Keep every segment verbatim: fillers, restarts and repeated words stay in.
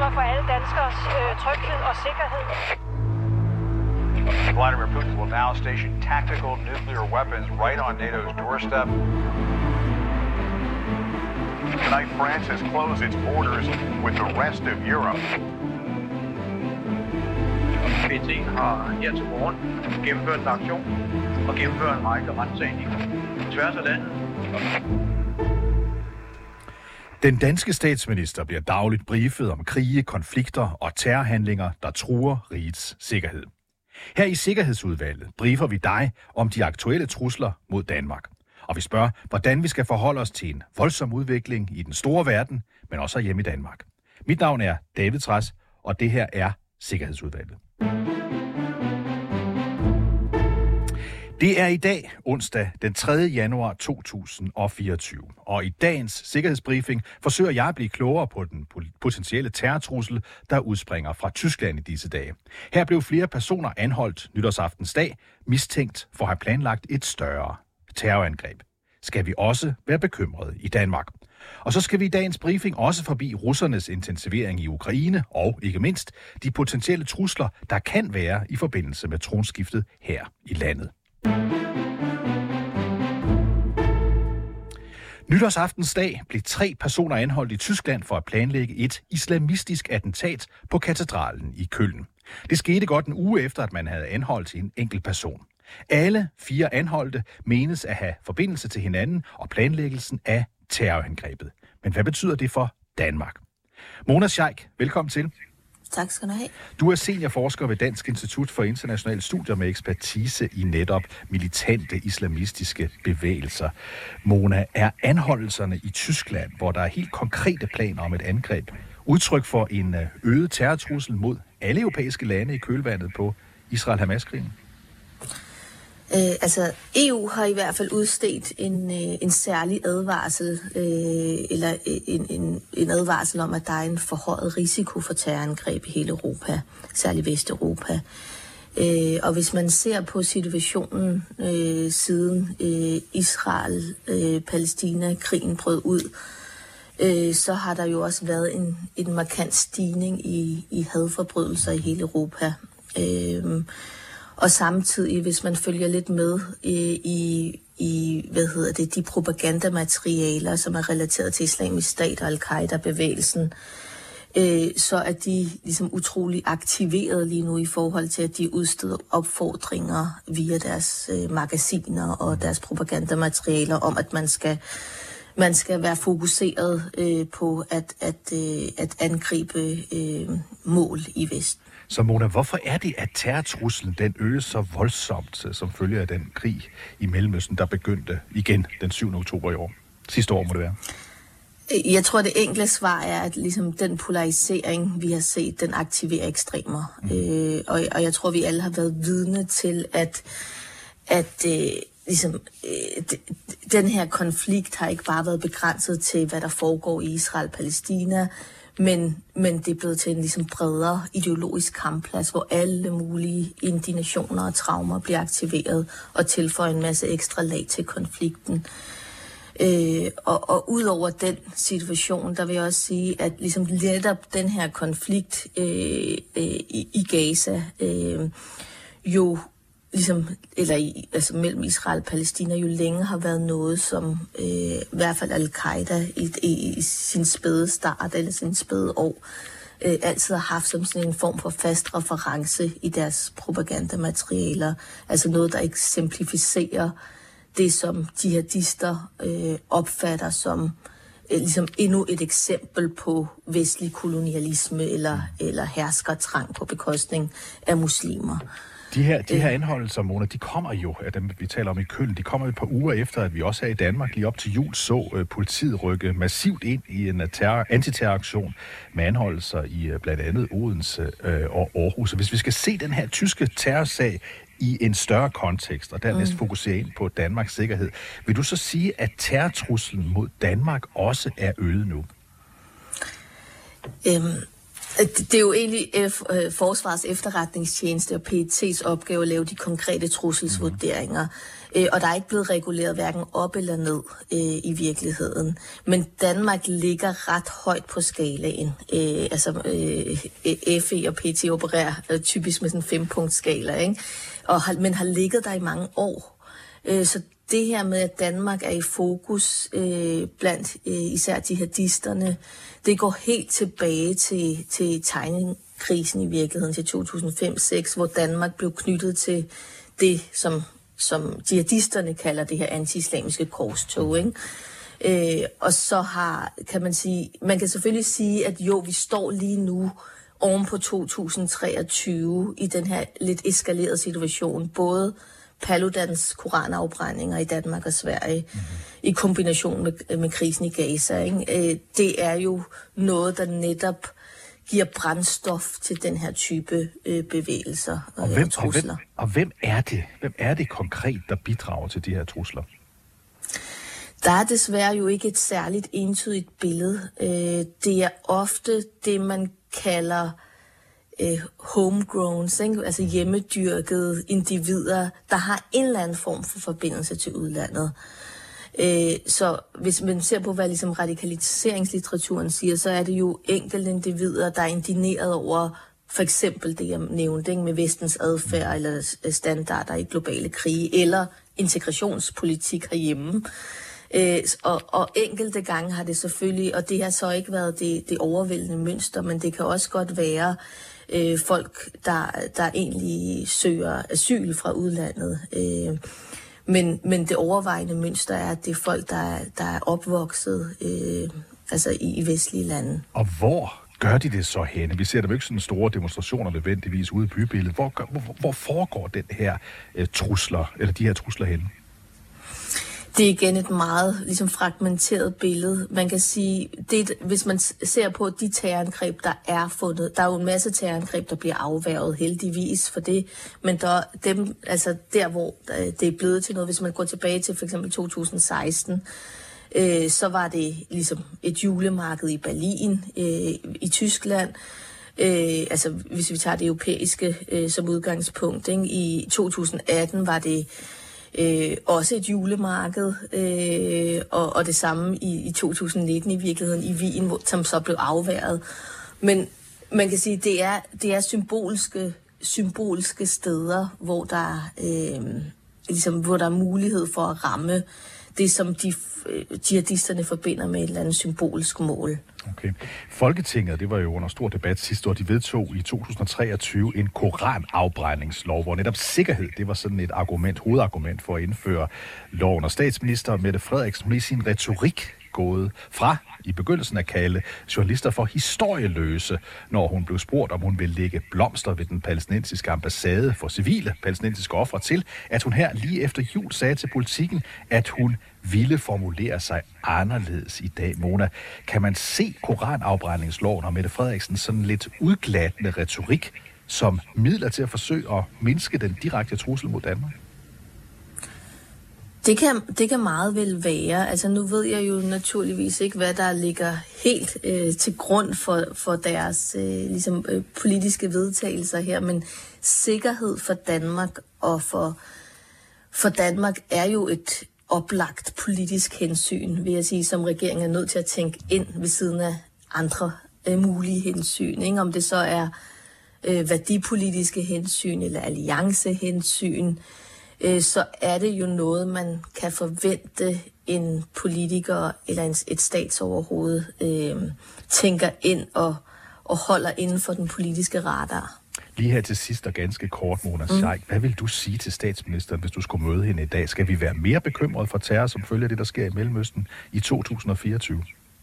bekymret for alle danskers øh, tryghed og sikkerhed. Vladimir Putin will now station tactical nuclear weapons right on NATO's doorstep. Tonight, France has closed its borders with the rest of Europe. P T har her til morgen gennemført en aktion og gennemført en række ransagninger tværs af landet. Den danske statsminister bliver dagligt briefet om krige, konflikter og terrorhandlinger, der truer rigets sikkerhed. Her i Sikkerhedsudvalget briefer vi dig om de aktuelle trusler mod Danmark. Og vi spørger, hvordan vi skal forholde os til en voldsom udvikling i den store verden, men også hjemme i Danmark. Mit navn er David Trads, og det her er Sikkerhedsudvalget. Det er i dag, onsdag den tredje januar to tusind og fireogtyve, og i dagens sikkerhedsbriefing forsøger jeg at blive klogere på den potentielle terrortrussel, der udspringer fra Tyskland i disse dage. Her blev flere personer anholdt nytårsaftens dag, mistænkt for at have planlagt et større terrorangreb. Skal vi også være bekymrede i Danmark? Og så skal vi i dagens briefing også forbi russernes intensivering i Ukraine og ikke mindst de potentielle trusler, der kan være i forbindelse med tronskiftet her i landet. Nytårsaftens dag blev tre personer anholdt i Tyskland for at planlægge et islamistisk attentat på katedralen i Køln. Det skete godt en uge efter, at man havde anholdt en enkelt person. Alle fire anholdte menes at have forbindelse til hinanden og planlæggelsen af terrorangrebet. Men hvad betyder det for Danmark? Mona Sheikh, velkommen til. Tak skal du have. Du er seniorforsker ved Dansk Institut for Internationale Studier med ekspertise i netop militante islamistiske bevægelser. Mona, er anholdelserne i Tyskland, hvor der er helt konkrete planer om et angreb, udtryk for en øget terrortrussel mod alle europæiske lande i kølvandet på Israel-Hamas-krigen? Øh, altså, E U har i hvert fald udstedt en, øh, en særlig advarsel, øh, eller en, en, en advarsel om, at der er en forhøjet risiko for terrorangreb i hele Europa, særligt Vesteuropa. Øh, og hvis man ser på situationen øh, siden øh, Israel-Palæstina-krigen brød ud, øh, så har der jo også været en, en markant stigning i, i hadforbrydelser i hele Europa. Øh, Og samtidig, hvis man følger lidt med i, i, i hvad hedder det, de propagandamaterialer, som er relateret til Islamisk Stat og Al-Qaida-bevægelsen, øh, så er de ligesom utrolig aktiveret lige nu i forhold til, at de udsteder opfordringer via deres øh, magasiner og deres propagandamaterialer om, at man skal, man skal være fokuseret øh, på at, at, øh, at angribe øh, mål i Vesten. Så Mona, hvorfor er det, at terrortruslen den øges så voldsomt, som følge af den krig i Mellemøsten, der begyndte igen den syvende oktober i år? Sidste år må det være. Jeg tror, det enkle svar er, at ligesom den polarisering, vi har set, den aktiverer ekstremer. Mm. Øh, og, og jeg tror, vi alle har været vidne til, at, at øh, ligesom, øh, d- den her konflikt har ikke bare været begrænset til, hvad der foregår i Israel-Palæstina, Men, men det er blevet til en ligesom bredere ideologisk kampplads, hvor alle mulige indignationer og traumer bliver aktiveret og tilføjer en masse ekstra lag til konflikten. Øh, og, og ud over den situation, der vil jeg også sige, at ligesom netop den her konflikt øh, øh, i, i Gaza øh, jo ligesom, eller i, altså mellem Israel og Palæstina jo længe har været noget, som øh, i hvert fald Al-Qaida i, i, i sin spæde start eller sin spæde år øh, altid har haft som sådan en form for fast reference i deres propagandamaterialer. Altså noget, der eksemplificerer det, som jihadister øh, opfatter som øh, ligesom endnu et eksempel på vestlig kolonialisme eller, eller herskertrang på bekostning af muslimer. De her, de her anholdelser, Mona, de kommer jo, af dem vi taler om i Køln, de kommer et par uger efter, at vi også her i Danmark lige op til jul så uh, politiet rykke massivt ind i en terror, antiterroraktion med anholdelser i uh, blandt andet Odense uh, og Aarhus. Og hvis vi skal se den her tyske terrorsag i en større kontekst, og dernæst mm. fokusere ind på Danmarks sikkerhed, vil du så sige, at terrortruslen mod Danmark også er øget nu? Øhm. Det er jo egentlig F- Forsvarets efterretningstjeneste og P E T's opgave at lave de konkrete trusselsvurderinger. Øh, og der er ikke blevet reguleret hverken op eller ned øh, i virkeligheden. Men Danmark ligger ret højt på skalaen. Øh, altså øh, F E og P T opererer øh, typisk med sådan en fem-punkt-skala, ikke? Og har, men har ligget der i mange år. Øh, så det her med, at Danmark er i fokus øh, blandt øh, især jihadisterne, det går helt tilbage til, til tegningkrisen i virkeligheden til to tusind og fem seks, hvor Danmark blev knyttet til det, som, som jihadisterne kalder det her anti-islamiske korstog, ikke? Øh, og så har, kan man sige, man kan selvfølgelig sige, at jo, vi står lige nu oven på to tusind og treogtyve i den her lidt eskalerede situation, både Paludans koranafbrændinger i Danmark og Sverige, mm-hmm. i kombination med, med krisen i Gaza, ikke? Det er jo noget, der netop giver brændstof til den her type øh, bevægelser og, hvem, og trusler. Og hvem, og hvem er det? Hvem er det konkret, der bidrager til de her trusler? Der er desværre jo ikke et særligt entydigt billede. Det er ofte det, man kalder Uh, homegrowns, ikke? Altså hjemmedyrkede individer, der har en eller anden form for forbindelse til udlandet. Uh, så hvis man ser på, hvad ligesom radikaliseringslitteraturen siger, så er det jo enkelte individer, der er indineret over for eksempel det, jeg nævnte, ikke? Med vestens adfærd eller standarder i globale krige, eller integrationspolitik herhjemme. Øh, og, og enkelte gange har det selvfølgelig, og det har så ikke været det, det overvældende mønster, men det kan også godt være øh, folk, der, der egentlig søger asyl fra udlandet. Øh, men, men det overvejende mønster er, at det er folk, der, der er opvokset øh, altså i, i vestlige lande. Og hvor gør de det så henne? Vi ser dem ikke sådan store demonstrationer nødvendigvis ude i bybilledet. Hvor, hvor, hvor foregår den her øh, trusler, eller de her trusler henne? Det er igen et meget ligesom fragmenteret billede. Man kan sige, det, hvis man ser på de terrorangreb, der er fundet, der er jo en masse terrorangreb, der bliver afværget heldigvis for det, men der, dem, altså der, hvor det er blevet til noget, hvis man går tilbage til for eksempel to tusind og seksten, øh, så var det ligesom et julemarked i Berlin, øh, i Tyskland. Øh, altså hvis vi tager det europæiske øh, som udgangspunkt, ikke? I to tusind og atten var det Øh, også et julemarked, øh, og, og det samme i, i to tusind og nitten i virkeligheden i Wien, hvor, som så blev afværget. Men man kan sige, det er det er symbolske symbolske steder, hvor der øh, ligesom hvor der er mulighed for at ramme det, som de jihadisterne forbinder med et eller andet symbolsk mål. Okay. Folketinget, det var jo under stor debat sidste år, de vedtog i to tusind og treogtyve en koranafbrændingslov, hvor netop sikkerhed, det var sådan et argument, hovedargument for at indføre loven. Og statsminister Mette Frederiksen, hun i sin retorik gået fra i begyndelsen at kalde journalister for historieløse, når hun blev spurgt, om hun ville lægge blomster ved den palæstinensiske ambassade for civile palæstinensiske ofre, til at hun her lige efter jul sagde til Politikken, at hun ville formulere sig anderledes i dag. Mona, kan man se koranafbrændingsloven og Mette Frederiksen sådan lidt udglattende retorik som midler til at forsøge at mindske den direkte trussel mod Danmark? Det kan, det kan meget vel være. Altså nu ved jeg jo naturligvis ikke, hvad der ligger helt øh, til grund for, for deres øh, ligesom, øh, politiske vedtagelser her, men sikkerhed for Danmark og for, for Danmark er jo et oplagt politisk hensyn, vil jeg sige, som regeringen er nødt til at tænke ind ved siden af andre øh, mulige hensyn. Ikke? Om det så er øh, værdipolitiske hensyn eller alliancehensyn, så er det jo noget, man kan forvente en politiker eller en, et statsoverhoved øh, tænker ind og, og holder inden for den politiske radar. Lige her til sidst og ganske kort, Mona Sheikh. Mm. Hvad vil du sige til statsministeren, hvis du skulle møde hende i dag? Skal vi være mere bekymrede for terror, som følger det, der sker i Mellemøsten i to tusind og fireogtyve?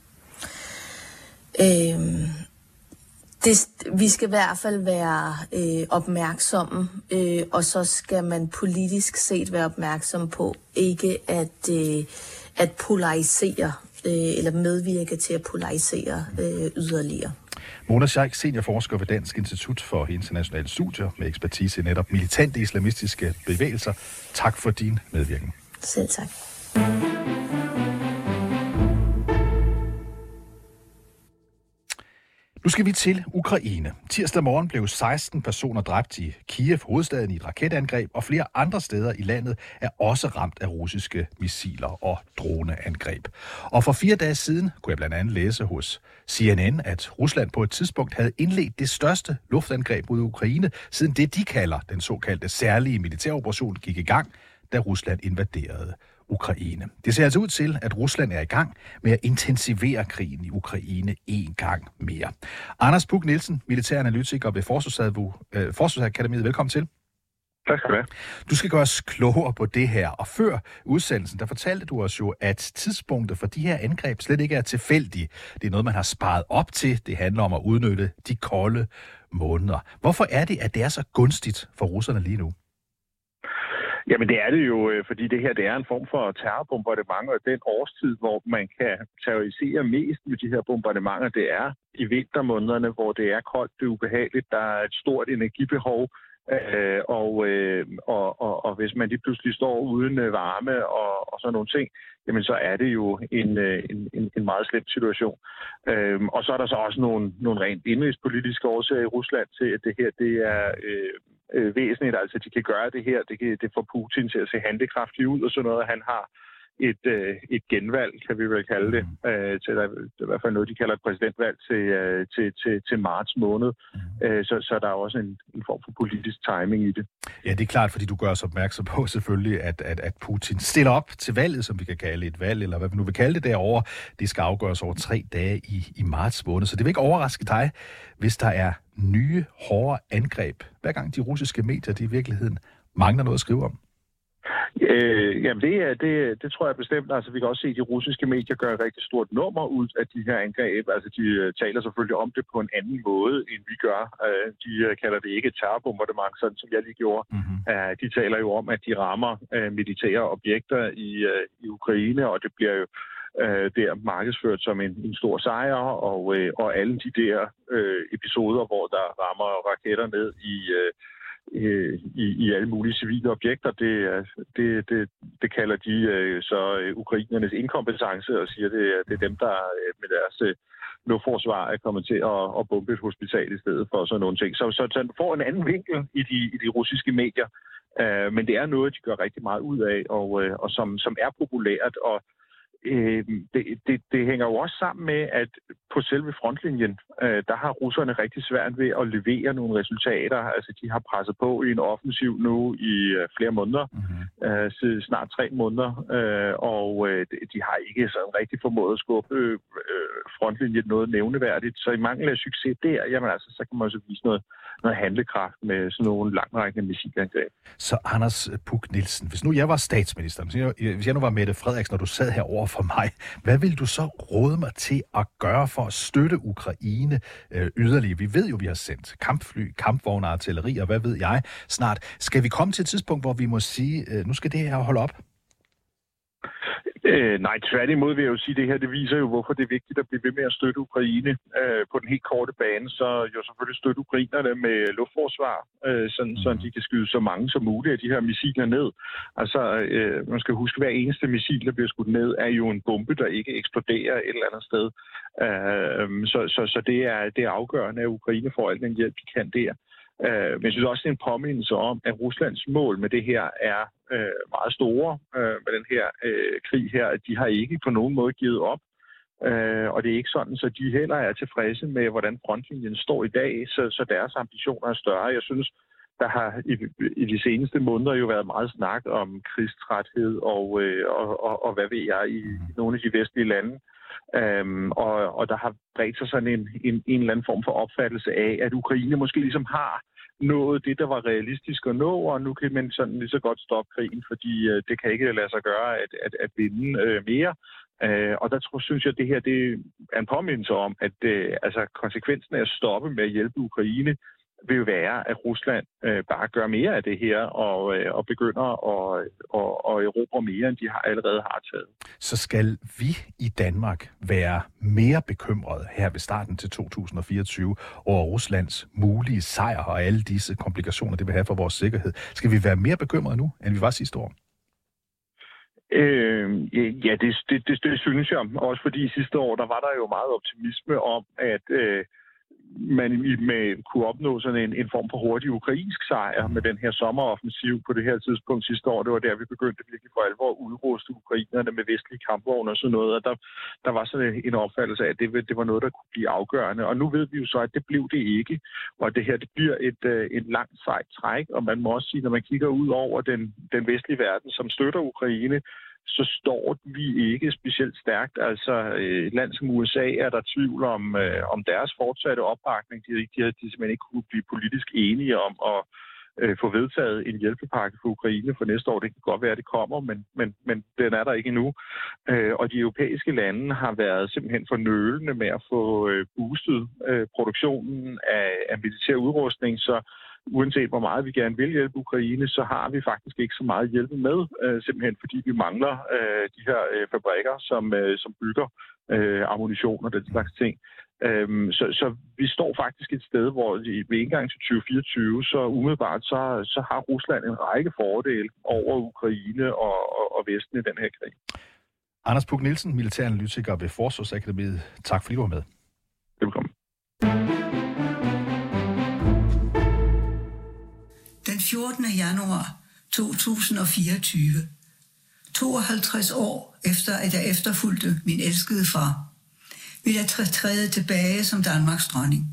Øhm Det, vi skal i hvert fald være øh, opmærksomme, øh, og så skal man politisk set være opmærksom på ikke at, øh, at polarisere øh, eller medvirke til at polarisere øh, yderligere. Mona Sheikh, seniorforsker ved Dansk Institut for Internationale Studier med ekspertise i netop militante islamistiske bevægelser. Tak for din medvirken. Selv tak. Nu skal vi til Ukraine. Tirsdag morgen blev seksten personer dræbt i Kiev, hovedstaden, i et raketangreb, og flere andre steder i landet er også ramt af russiske missiler og droneangreb. Og for fire dage siden kunne jeg blandt andet læse hos C N N, at Rusland på et tidspunkt havde indledt det største luftangreb mod Ukraine, siden det, de kalder den såkaldte særlige militæroperation, gik i gang, da Rusland invaderede Ukraine. Det ser altså ud til, at Rusland er i gang med at intensivere krigen i Ukraine en gang mere. Anders Puk Nielsen, militæranalytiker ved Forsvarsakademiet. Velkommen til. Tak skal du have. Du skal gøre os klogere på det her, og før udsendelsen, der fortalte du os jo, at tidspunktet for de her angreb slet ikke er tilfældigt. Det er noget, man har sparet op til. Det handler om at udnytte de kolde måneder. Hvorfor er det, at det er så gunstigt for russerne lige nu? Jamen det er det jo, fordi det her det er en form for terrorbombardement, og den årstid, hvor man kan terrorisere mest med de her bombardementer, det er i vintermånederne, hvor det er koldt, det er ubehageligt, der er et stort energibehov, øh, og, øh, og, og, og hvis man lige pludselig står uden varme og, og sådan nogle ting, jamen så er det jo en, en, en, en meget slem situation. Øhm, og så er der så også nogle, nogle rent indrigspolitiske årsager i Rusland til, at det her det er øh, øh, væsentligt. Altså, de kan gøre det her. Det, kan, det får Putin til at se handlekraftig ud, og sådan noget. Han har et, øh, et genvalg, kan vi vel kalde det. Øh, til, der, det er i hvert fald noget, de kalder et præsidentvalg til, øh, til, til, til marts måned. Øh, så, så der er også en, en form for politisk timing i det. Ja, det er klart, fordi du gør os opmærksom på selvfølgelig, at, at, at Putin stiller op til valget, som vi kan kalde et valg, eller hvad vi nu vil kalde det derovre. Det skal afgøres over tre dage i, i marts måned, så det vil ikke overraske dig, hvis der er nye, hårde angreb, hver gang de russiske medier, de i virkeligheden mangler noget at skrive om. Øh, jamen det, er, det, det tror jeg bestemt. Altså vi kan også se, at de russiske medier gør et rigtig stort nummer ud af de her angreb. Altså de taler selvfølgelig om det på en anden måde, end vi gør. Øh, de kalder det ikke et terrorbombardement, sådan som jeg lige gjorde. Mm-hmm. Øh, de taler jo om, at de rammer øh, militære objekter i, øh, i Ukraine, og det bliver jo øh, der markedsført som en, en stor sejr. Og, øh, og alle de der øh, episoder, hvor der rammer raketter ned i øh, I, i alle mulige civile objekter, det, det, det, det kalder de så ukrainernes inkompetence og siger, det, det er dem, der med deres luftforsvar er kommet til at, at bombe et hospital i stedet for sådan nogle ting. Så, så, så får en anden vinkel i de, i de russiske medier, uh, men det er noget, de gør rigtig meget ud af, og, og som, som er populært, og Øh, det, det, det hænger jo også sammen med, at på selve frontlinjen, øh, der har russerne rigtig svært ved at levere nogle resultater. Altså, de har presset på i en offensiv nu i øh, flere måneder, mm-hmm. øh, snart tre måneder, øh, og øh, de har ikke sådan rigtig formået at skubbe øh, frontlinjen noget nævneværdigt. Så i mangel af succes der, jamen altså, så kan man også vise noget, noget handlekraft med sådan nogle langrækkende missilangreb. Så Anders Puk Nielsen, hvis nu jeg var statsminister, hvis jeg nu var Mette Frederiksen, når du sad herovre for mig, hvad vil du så råde mig til at gøre for at støtte Ukraine øh, yderligere? Vi ved jo, vi har sendt kampfly, kampvogne, artilleri, og hvad ved jeg snart. Skal vi komme til et tidspunkt, hvor vi må sige, øh, nu skal det her holde op? Øh, nej, tværtimod vil jeg jo sige, at det her det viser jo, hvorfor det er vigtigt at blive ved med at støtte Ukraine øh, på den helt korte bane. Så jo selvfølgelig støtte ukrainerne med luftforsvar, øh, sådan, så de kan skyde så mange som muligt af de her missiler ned. Altså, øh, man skal huske, at hver eneste missil, der bliver skudt ned, er jo en bombe, der ikke eksploderer et eller andet sted. Øh, så så, så det, er, det er afgørende, at Ukraine får al den hjælp, de kan der. Uh, men jeg synes også, det er en påmindelse om, at Ruslands mål med det her er uh, meget store uh, med den her uh, krig her. At de har ikke på nogen måde givet op, uh, og det er ikke sådan, så de heller er tilfredse med, hvordan frontlinjen står i dag, så, så deres ambitioner er større. Jeg synes, der har i, i de seneste måneder jo været meget snak om krigstræthed og, uh, og, og, og hvad ved jeg i nogle af de vestlige lande. Um, og, og der har bredt sig sådan en, en, en eller anden form for opfattelse af, at Ukraine måske ligesom har nået det, der var realistisk at nå, og nu kan man sådan lige så godt stoppe krigen, fordi uh, det kan ikke lade sig gøre at, at, at vinde uh, mere. Uh, og der tror, synes jeg, at det her det er en påmindelse om, at uh, altså, konsekvensen af at stoppe med at hjælpe Ukraine vil jo være, at Rusland øh, bare gør mere af det her og, øh, og begynder at og, og erobre mere, end de har, allerede har taget. Så skal vi i Danmark være mere bekymrede her ved starten til to tusind og fireogtyve over Ruslands mulige sejr og alle disse komplikationer, det vil have for vores sikkerhed. Skal vi være mere bekymrede nu, end vi var sidste år? Øh, ja, det, det, det, det synes jeg. Også fordi sidste år, der var der jo meget optimisme om, at øh, man med, kunne opnå sådan en, en form for hurtig ukrainsk sejr med den her sommeroffensiv på det her tidspunkt sidste år. Det var der, vi begyndte virkelig for alvor at udruste ukrainerne med vestlige kampvogne og sådan noget. Og der, der var sådan en opfattelse af, at det, det var noget, der kunne blive afgørende. Og nu ved vi jo så, at det blev det ikke. Og det her, det bliver et, et langt sejt træk. Og man må også sige, når man kigger ud over den, den vestlige verden, som støtter Ukraine, så står vi ikke specielt stærkt. Altså, et land som U S A er der tvivl om, øh, om deres fortsatte opbakning. De, de, de simpelthen ikke kunne blive politisk enige om at øh, få vedtaget en hjælpepakke for Ukraine for næste år. Det kan godt være, at det kommer, men, men, men den er der ikke endnu. Øh, og de europæiske lande har været simpelthen for nølende med at få øh, boostet øh, produktionen af, af militær udrustning, så uanset hvor meget vi gerne vil hjælpe Ukraine, så har vi faktisk ikke så meget hjælp med, øh, simpelthen fordi vi mangler øh, de her øh, fabrikker, som, øh, som bygger øh, ammunition og den slags ting. Øhm, så, så vi står faktisk et sted, hvor ved indgang til tyve fireogtyve, så umiddelbart så, så har Rusland en række fordele over Ukraine og, og, og Vesten i den her krig. Anders Puk Nielsen, militæranalytiker ved Forsvarsakademiet. Tak fordi du var med. Velkommen. Den fjortende januar to tusind og fireogtyve, tooghalvtreds år efter at jeg efterfulgte min elskede far, vil jeg træde tilbage som Danmarks dronning.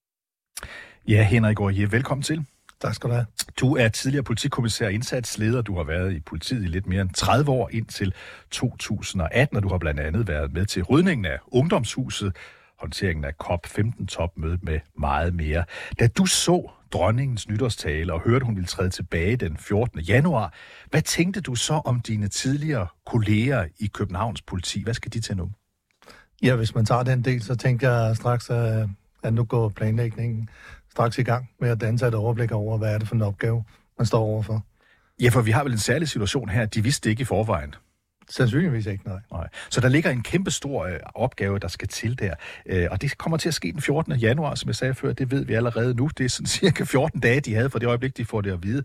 Ja, Henrik Aurier, velkommen til. Tak skal du have. Du er tidligere politikommissær, indsatsleder. Du har været i politiet i lidt mere end tredive år indtil to tusind og atten, og du har blandt andet været med til rydningen af Ungdomshuset, håndteringen af COP femten-topmødet med meget mere. Da du så dronningens nytårstale og hørte, hun ville træde tilbage den fjortende januar, hvad tænkte du så om dine tidligere kolleger i Københavns politi? Hvad skal de til nu? Ja, hvis man tager den del, så tænkte jeg straks, at nu går planlægningen straks i gang med at danne sig et overblik over, hvad er det for en opgave, man står overfor. Ja, for vi har vel en særlig situation her, de vidste ikke i forvejen. Sandsynligvis ikke, nej. nej. Så der ligger en kæmpe stor øh, opgave, der skal til der. Øh, og det kommer til at ske den fjortende januar, som jeg sagde før. Det ved vi allerede nu. Det er sådan cirka fjorten dage, de havde for det øjeblik, de får det at vide.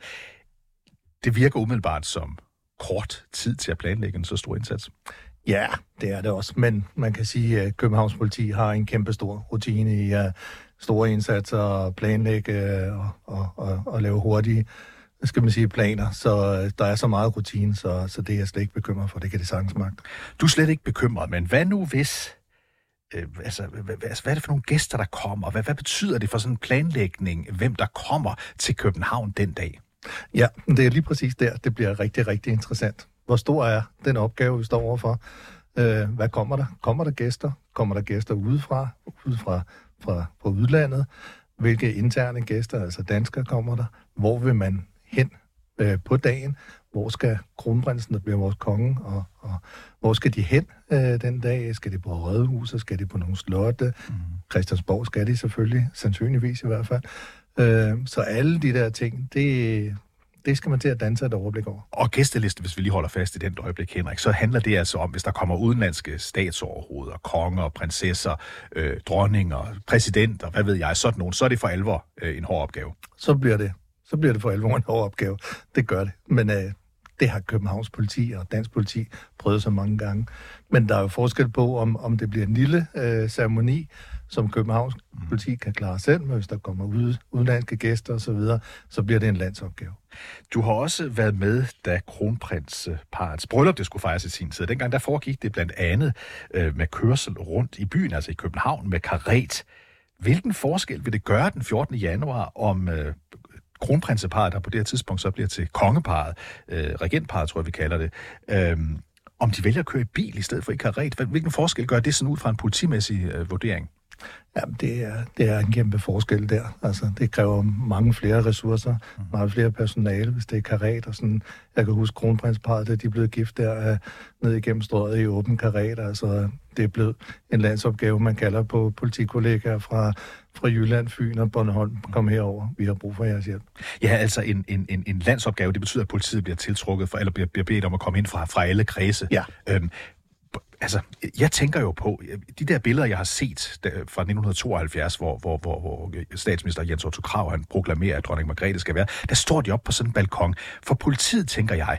Det virker umiddelbart som kort tid til at planlægge en så stor indsats. Ja, det er det også. Men man kan sige, at Københavns politi har en kæmpe stor rutine i uh, store indsatser og planlægge uh, og, og, og lave hurtige skal man sige, planer, så der er så meget rutine, så, så det er jeg slet ikke bekymret for. Det kan det sagtens magte. Du er slet ikke bekymret, men hvad nu hvis... Øh, altså, hvad, hvad, hvad er det for nogle gæster, der kommer? Hvad, hvad betyder det for sådan en planlægning, hvem der kommer til København den dag? Ja, det er lige præcis der, det bliver rigtig, rigtig interessant. Hvor stor er den opgave, vi står overfor? Øh, hvad kommer der? Kommer der gæster? Kommer der gæster udefra? Udefra fra, fra udlandet? Hvilke interne gæster, altså danskere, kommer der? Hvor vil man hen øh, på dagen? Hvor skal kronprinsen, der bliver vores konge, og, og hvor skal de hen øh, den dag? Skal de på Rådhuset? Skal de på nogle slotte? Mm. Christiansborg skal de selvfølgelig, sandsynligvis i hvert fald. Øh, så alle de der ting, det, det skal man til at danse et overblik over. Og gæsteliste, hvis vi lige holder fast i den øjeblik, Henrik, så handler det altså om, hvis der kommer udenlandske statsoverhoveder, konger, prinsesser, øh, dronninger, præsidenter, hvad ved jeg, sådan nogen, så er det for alvor øh, en hård opgave. Så bliver det. Så bliver det for alvor en hård opgave. Det gør det. Men øh, det har Københavns politi og dansk politi prøvet så mange gange. Men der er jo forskel på, om, om det bliver en lille øh, ceremoni, som Københavns mm. politi kan klare selv, men hvis der kommer ud, udenlandske gæster osv., så bliver det en landsopgave. Du har også været med, da kronprinsparrets bryllup, det skulle fejres i sin tid. Dengang der foregik det blandt andet øh, med kørsel rundt i byen, altså i København, med karet. Hvilken forskel vil det gøre den fjortende januar, om øh, kronprinseparret, der på det her tidspunkt så bliver til kongeparret, øh, regentparret, tror jeg, vi kalder det, øh, om de vælger at køre i bil i stedet for i karet? Hvilken forskel gør det sådan ud fra en politimæssig øh, vurdering? Jamen, det er, det er en kæmpe forskel der. Altså, det kræver mange flere ressourcer, mm. meget flere personale, hvis det er karet og sådan. Jeg kan huske kronprinsparret, da de blev gift der uh, ned igennem strøget i åben karet. Altså, det er blevet en landsopgave, man kalder på politikollegaer fra, fra Jylland, Fyn og Bornholm. Kom herover. Vi har brug for jeres hjælp. Ja, altså en, en, en, en landsopgave, det betyder, at politiet bliver tiltrukket, for, eller bliver, bliver bedt om at komme ind fra, fra alle kredse. Ja. Øhm, Altså, jeg tænker jo på, de der billeder, jeg har set fra nitten tooghalvfjerds, hvor, hvor, hvor, hvor statsminister Jens Otto Krag, han proklamerer, at dronning Margrethe skal være, der står de op på sådan en balkon. For politiet, tænker jeg,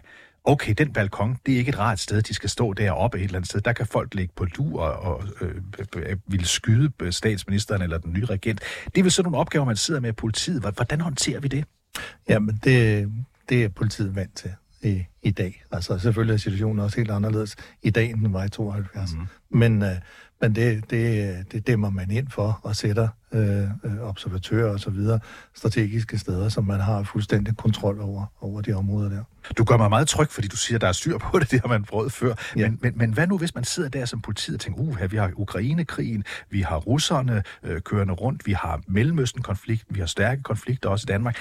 okay, den balkon, det er ikke et rart sted, de skal stå deroppe et eller andet sted. Der kan folk ligge på lur og, og øh, øh, ville skyde statsministeren eller den nye regent. Det er vel sådan nogle opgaver, man sidder med i politiet. Hvordan håndterer vi det? Jamen, det, det er politiet vant til i, i dag. Altså, selvfølgelig er situationen også helt anderledes i dag, end den var i tooghalvfjerds. Mm. Men, øh, men det, det, det dæmmer man ind for og sætter øh, observatører og så videre strategiske steder, som man har fuldstændig kontrol over, over de områder der. Du gør mig meget tryg, fordi du siger, at der er styr på det, det har man prøvet før. Ja. Men, men, men hvad nu, hvis man sidder der som politiet og tænker, uh, vi har Ukraine-krigen, vi har russerne øh, kørende rundt, vi har Mellemøsten-konflikten, vi har stærke konflikter også i Danmark.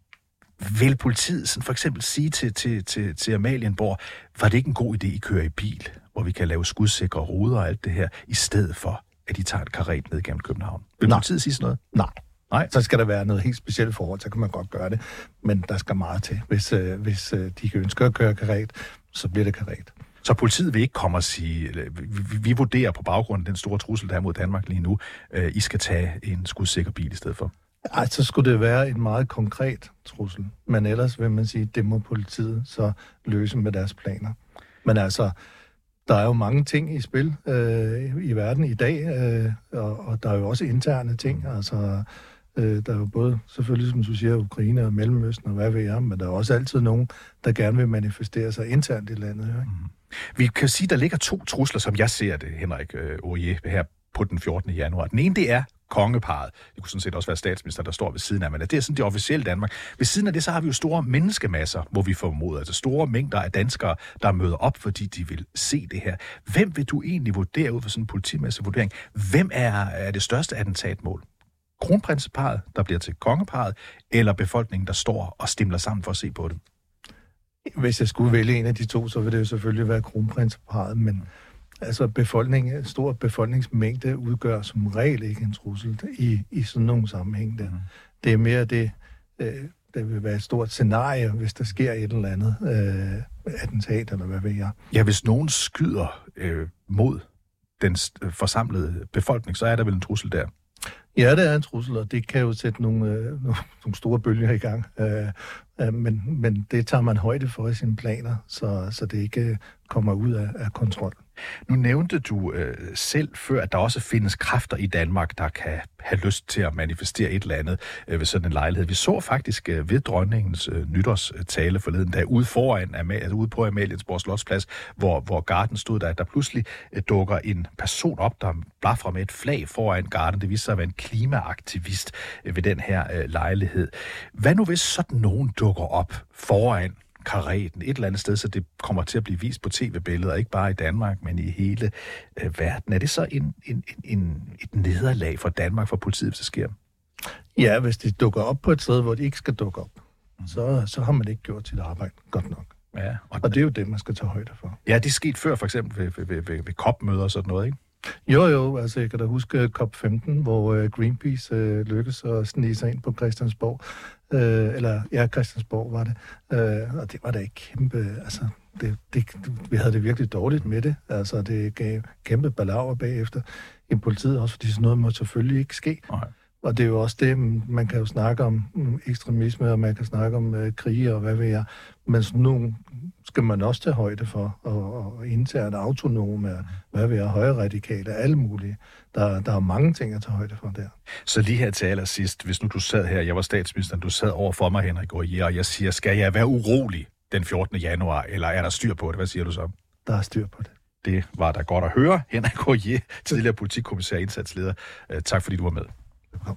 Vil politiet sådan for eksempel sige til, til, til, til Amalienborg, var det ikke en god idé, I kører i bil, hvor vi kan lave skudsikre ruder og alt det her, i stedet for, at I tager et karet ned gennem København? Vil Nej. politiet sige sådan noget? Nej. Nej. Så skal der være noget helt specielt forhold, så kan man godt gøre det. Men der skal meget til. Hvis, øh, hvis øh, de ønsker at køre karet, så bliver det karet. Så politiet vil ikke komme og sige, vi, vi, vi vurderer på baggrund af den store trussel, der er mod Danmark lige nu, øh, I skal tage en skudsikker bil i stedet for? Ej, så skulle det være en meget konkret trussel. Men ellers vil man sige, det må politiet så løse med deres planer. Men altså, der er jo mange ting i spil øh, i verden i dag, øh, og, og der er jo også interne ting. Altså, øh, der er jo både, selvfølgelig som du siger, Ukraine og Mellemøsten og hvad ved jeg, men der er også altid nogen, der gerne vil manifestere sig internt i landet. Ikke? Mm. Vi kan sige, der ligger to trusler, som jeg ser det, Henrik øh, Aurier, her på den fjortende januar. Den ene, det er kongeparret. Det kunne sådan set også være statsminister, der står ved siden af, men det er sådan det officielle Danmark. Ved siden af det, så har vi jo store menneskemasser, hvor vi formoder, altså store mængder af danskere, der møder op, fordi de vil se det her. Hvem vil du egentlig vurdere ud fra sådan en politimæssig vurdering? Hvem er, er det største attentatmål? Kronprinseparret, der bliver til kongeparret, eller befolkningen, der står og stimler sammen for at se på det? Hvis jeg skulle vælge en af de to, så vil det jo selvfølgelig være kronprinseparret, men altså befolkningen, stor befolkningsmængde udgør som regel ikke en trussel i, i sådan nogle sammenhæng der. Mm. Det er mere det, øh, der vil være et stort scenarie, hvis der sker et eller andet øh, attentat, eller hvad ved jeg. Ja, hvis nogen skyder øh, mod den øh, forsamlede befolkning, så er der vel en trussel der? Ja, det er en trussel, og det kan jo sætte nogle, øh, nogle store bølger i gang. Øh, øh, men, men det tager man højde for i sine planer, så, så det ikke kommer ud af, af kontrol. Nu nævnte du øh, selv før, at der også findes kræfter i Danmark, der kan have lyst til at manifestere et eller andet øh, ved sådan en lejlighed. Vi så faktisk øh, ved dronningens øh, nytårstale forleden, der ude foran, altså ude på Amalienborg Slotsplads, hvor, hvor garden stod der, at der pludselig øh, dukker en person op, der blafrer med et flag foran garden. Det viste sig at være en klimaaktivist øh, ved den her øh, lejlighed. Hvad nu hvis sådan nogen dukker op foran kareten et eller andet sted, så det kommer til at blive vist på tv-billeder, ikke bare i Danmark, men i hele øh, verden? Er det så en, en, en, et nederlag for Danmark, for politiet, hvis det sker? Ja, hvis de dukker op på et sted, hvor de ikke skal dukke op, mm. så, så har man ikke gjort sit arbejde godt nok. Ja, og, og det er jo det, man skal tage højde for. Ja, det er sket før, for eksempel ved, ved, ved, ved C O P-møder og sådan noget, ikke? Jo, jo, altså jeg kan da huske C O P femten, hvor uh, Greenpeace uh, lykkedes at snige sig ind på Christiansborg. Uh, eller, ja, Christiansborg var det. Uh, og det var da ikke kæmpe, altså, det, det, vi havde det virkelig dårligt med det. Altså, det gav kæmpe balaver bagefter i politiet, også fordi sådan noget må selvfølgelig ikke ske. Okay. Og det er jo også det, man kan jo snakke om um, ekstremisme, og man kan snakke om uh, krige og hvad ved jeg. Men sådan nogle skal man også tage højde for, og, og internt autonome, hvad ved jeg, højre radikale, alle mulige. Der, der er mange ting at tage højde for der. Så lige her til allersidst, hvis nu du sad her, jeg var statsministeren, du sad over for mig, Henrik Aurier, og jeg siger, skal jeg være urolig den fjortende januar, eller er der styr på det? Hvad siger du så? Der er styr på det. Det var da godt at høre. Henrik Aurier, tidligere politikkommissær og indsatsleder. Tak fordi du var med. Velkommen.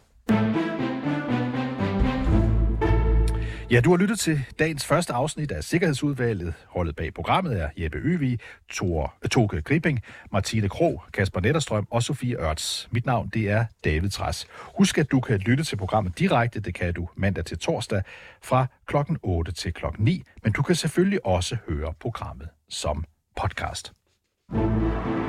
Ja, du har lyttet til dagens første afsnit af Sikkerhedsudvalget. Holdet bag programmet er Jeppe Øvig, Toge Gripping, Martine Krog, Kasper Netterstrøm og Sofie Ørts. Mit navn, det er David Træs. Husk, at du kan lytte til programmet direkte. Det kan du mandag til torsdag fra klokken otte til klokken ni. Men du kan selvfølgelig også høre programmet som podcast.